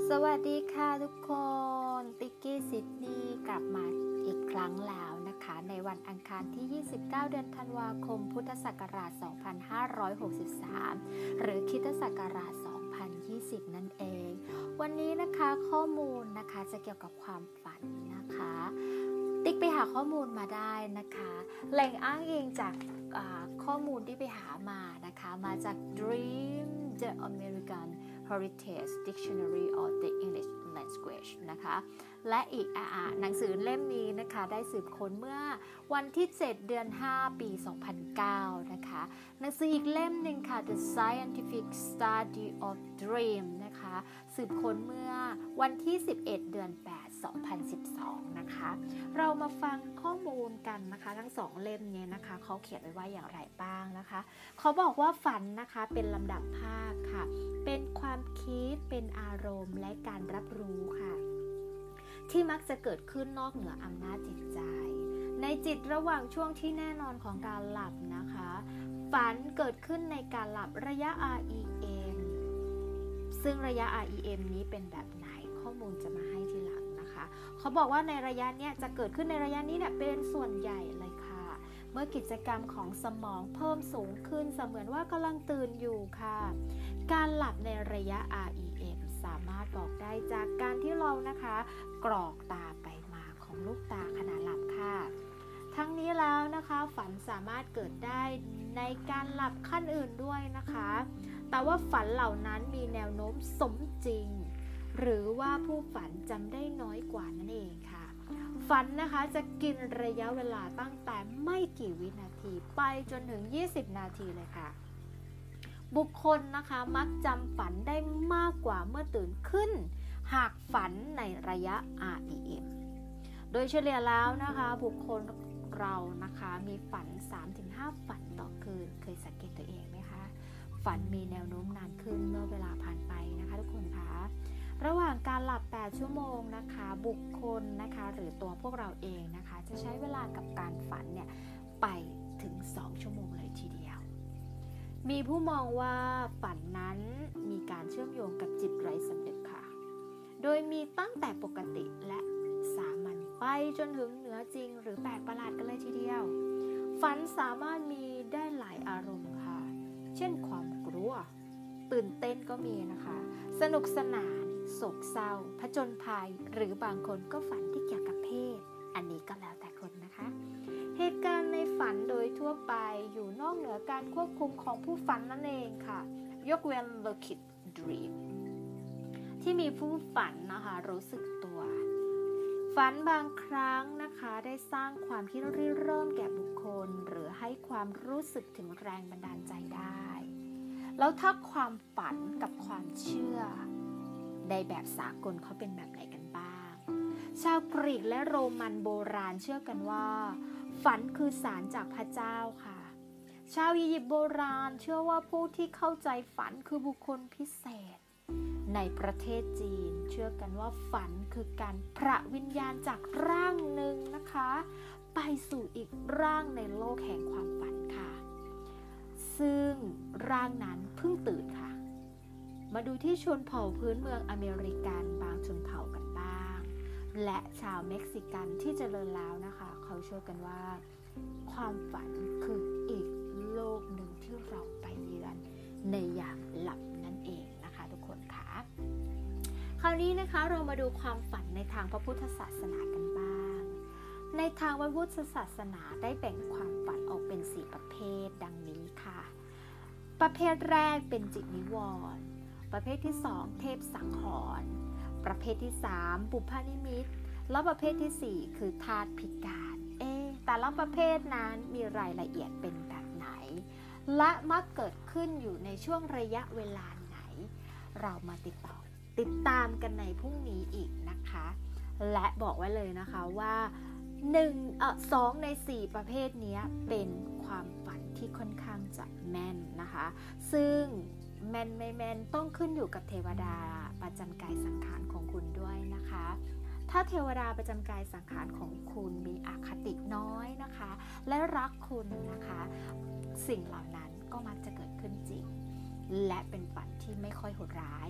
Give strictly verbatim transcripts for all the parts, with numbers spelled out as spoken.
สวัสดีค่ะทุกคนติ๊กกี้ซิดนีย์กลับมาอีกครั้งแล้วนะคะในวันอังคารที่ยี่สิบเก้าเดือนธันวาคมพุทธศักราชสองพันห้าร้อยหกสิบสามหรือคริสตศักราชสองพันยี่สิบนั่นเองวันนี้นะคะข้อมูลนะคะจะเกี่ยวกับความฝันนะคะติ๊กไปหาข้อมูลมาได้นะคะแหล่งอ้างอิงจากข้อมูลที่ไปหามานะคะมาจาก Dream the American Heritage Dictionary of the English Language นะคะและอีกอ่าหนังสือเล่มนี้นะคะได้สืบค้นเมื่อวันที่เจ็ดเดือนห้าปีสองพันเก้านะคะหนังสืออีกเล่มหนึ่งค่ะ The Scientific Study of Dream นะคะสืบค้นเมื่อวันที่สิบเอ็ดเดือนแปดสองพันสิบสองนะคะเรามาฟังข้อมูลกันนะคะทั้งสองเล่มนี้นะคะเขาเขียนไว้ว่าอย่างไรบ้างนะคะเขาบอกว่าฝันนะคะเป็นลำดับภาคค่ะเป็นความคิดเป็นอารมณ์และการรับรู้ค่ะที่มักจะเกิดขึ้นนอกเหนืออำนาจจิตใจในจิตระหว่างช่วงที่แน่นอนของการหลับนะคะฝันเกิดขึ้นในการหลับระยะ อาร์ อี เอ็ม ซึ่งระยะ อาร์ อี เอ็ม นี้เป็นแบบไหนข้อมูลจะมาให้ทีหลังนะคะเขาบอกว่าในระยะเนี้ยจะเกิดขึ้นในระยะนี้เนี่ยเป็นส่วนใหญ่เลยค่ะเมื่อกิจกรรมของสมองเพิ่มสูงขึ้นเสมือนว่ากำลังตื่นอยู่ค่ะการหลับในระยะ อาร์ อี เอ็ม สามารถบอกได้จากการที่เรานะคะกรอกตาไปมาของลูกตาขณะหลับค่ะทั้งนี้แล้วนะคะฝันสามารถเกิดได้ในการหลับขั้นอื่นด้วยนะคะแต่ว่าฝันเหล่านั้นมีแนวโน้มสมจริงหรือว่าผู้ฝันจำได้น้อยกว่านั่นเองค่ะฝันนะคะจะกินระยะเวลาตั้งแต่ไม่กี่วินาทีไปจนถึงยี่สิบนาทีเลยค่ะบุคคลนะคะมักจำฝันได้มากกว่าเมื่อตื่นขึ้นหากฝันในระยะ อาร์ อี เอ็ม โดยเฉลี่ยแล้วนะคะบุคคลเรานะคะมีฝัน สามถึงห้า ฝันต่อคืนเคยสังเกตตัวเองไหมคะฝันมีแนวโน้มนานขึ้นเมื่อเวลาผ่านไปนะคะทุกคนคะระหว่างการหลับแปดชั่วโมงนะคะบุคคลนะคะหรือตัวพวกเราเองนะคะจะใช้เวลากับการฝันเนี่ยไปถึงสองชั่วโมงเลยทีเดียวมีผู้มองว่าฝันนั้นมีการเชื่อมโยงกับจิตไร้สำนึกค่ะโดยมีตั้งแต่ปกติและสามัญไปจนถึงเหนือจริงหรือแปลกประหลาดกันเลยทีเดียวฝันสามารถมีได้หลายอารมณ์ค่ะเช่นความกลัวตื่นเต้นก็มีนะคะสนุกสนานโศกเศร้าผจญภัยหรือบางคนก็ฝันที่เกี่ยวกับเพศอันนี้ก็แล้วแต่คนนะคะเหตุการณ์ในฝันโดยทั่วไปอยู่นอกเหนือการควบคุมของผู้ฝันนั่นเองค่ะยกเว้น lucid dream ที่มีผู้ฝันนะคะรู้สึกตัวฝันบางครั้งนะคะได้สร้างความคิดริเริ่มแก่บุคคลหรือให้ความรู้สึกถึงแรงบันดาลใจได้แล้วถ้าความฝันกับความเชื่อในแบบสากลเขาเป็นแบบไหนกันบ้างชาวกรีกและโรมันโบราณเชื่อกันว่าฝันคือสารจากพระเจ้าค่ะชาวอียิปต์โบราณเชื่อว่าผู้ที่เข้าใจฝันคือบุคคลพิเศษในประเทศจีนเชื่อกันว่าฝันคือการพระวิญญาณจากร่างหนึ่งนะคะไปสู่อีกร่างในโลกแห่งความฝันค่ะซึ่งร่างนั้นเพิ่งตื่นค่ะมาดูที่ชนเผ่าพื้นเมืองอเมริกันบางชนเผ่ากันบ้างและชาวเม็กซิกันที่เจริญแล้วนะคะเขาเชื่อกันว่าความฝันคืออีกโลกหนึ่งที่เราไปเยือนในยามหลับนั่นเองนะคะทุกคนค่ะคราวนี้นะคะเรามาดูความฝันในทางพระพุทธศาสนากันบ้างในทางพระพุทธศาสนาได้แบ่งความฝันออกเป็นสี่ประเภทดังนี้ค่ะประเภทแรกเป็นจิตนิวรณ์ประเภทที่สองเทพสังหรณ์ประเภทที่สามบุพนิมิตแล้วประเภทที่สี่คือธาตุพิการเอ๊ะแต่ละประเภทนั้นมีรายละเอียดเป็นแบบไหนและมักเกิดขึ้นอยู่ในช่วงระยะเวลาไหนเรามาติดต่อติดตามกันในพรุ่งนี้อีกนะคะและบอกไว้เลยนะคะว่าหนึ่งเอ่อสองในสี่ประเภทนี้เป็นความฝันที่ค่อนข้างจะแม่นนะคะซึ่งแม่นไม่แม่นต้องขึ้นอยู่กับเทวดาประจำกายสังขารของคุณด้วยนะคะถ้าเทวดาประจำกายสังขารของคุณมีอคติน้อยนะคะและรักคุณนะคะสิ่งเหล่านั้นก็มักจะเกิดขึ้นจริงและเป็นฝันที่ไม่ค่อยโหดร้าย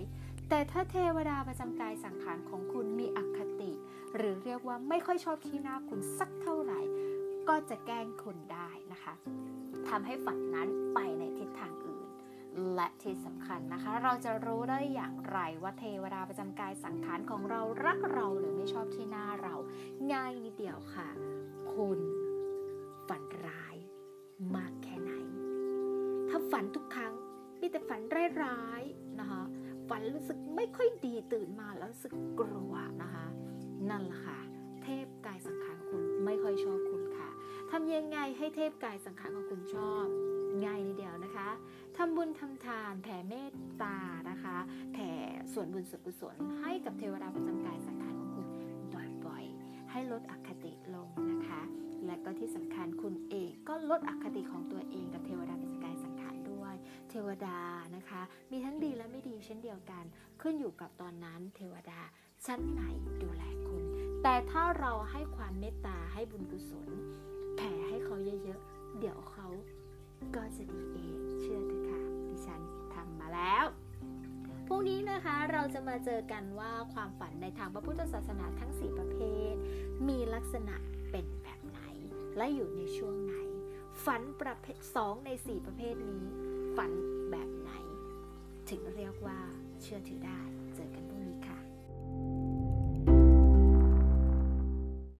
แต่ถ้าเทวดาประจำกายสังขารของคุณมีอคติหรือเรียกว่าไม่ค่อยชอบขี้หน้าคุณสักเท่าไหร่ก็จะแกล้งคุณได้นะคะทำให้ฝันนั้นไปในทิศทางอื่นและที่สำคัญนะคะเราจะรู้ได้อย่างไรว่าเทวดาประจำกายสังขารของเรารักเราหรือไม่ชอบขี้หน้าเราง่ายนิดเดียวค่ะคุณฝันร้ายมากแค่ไหนถ้าฝันทุกครั้งมีแต่ฝันร้ายๆนะคะฝันรู้สึกไม่ค่อยดีตื่นมาแล้วรู้สึกกลัวนะคะนั่นแหละค่ะเทพกายสังขารของคุณไม่ค่อยชอบคุณค่ะทำยังไงให้เทพกายสังขารของคุณชอบง่ายนิดเดียวนะคะทำบุญทำทานแผ่เมตตานะคะแผ่ส่วนบุญส่วนกุศลให้กับเทวดาประจำกายสังขารของคุณบ่อยๆให้ลดอคติลงนะคะและก็ที่สำคัญคุณเองก็ลดอคติของตัวเองกับเทวดาประจำกายสังขารด้วยเทวดานะคะมีทั้งดีและไม่ดีเช่นเดียวกันขึ้นอยู่กับตอนนั้นเทวดาชั้นไหนดูแลคุณแต่ถ้าเราให้ความเมตตาให้บุญกุศลแผ่ให้เขาเยอะๆเดี๋ยวเขาก็จะดีเองเชื่อเถอะค่ะดิฉันทำมาแล้วพรุ่งนี้นะคะเราจะมาเจอกันว่าความฝันในทางพระพุทธศาสนาทั้งสี่ประเภทมีลักษณะเป็นแบบไหนและอยู่ในช่วงไหนฝันประเภทสองในสี่ประเภทนี้ฝันแบบไหนถึงเรียกว่าเชื่อถือได้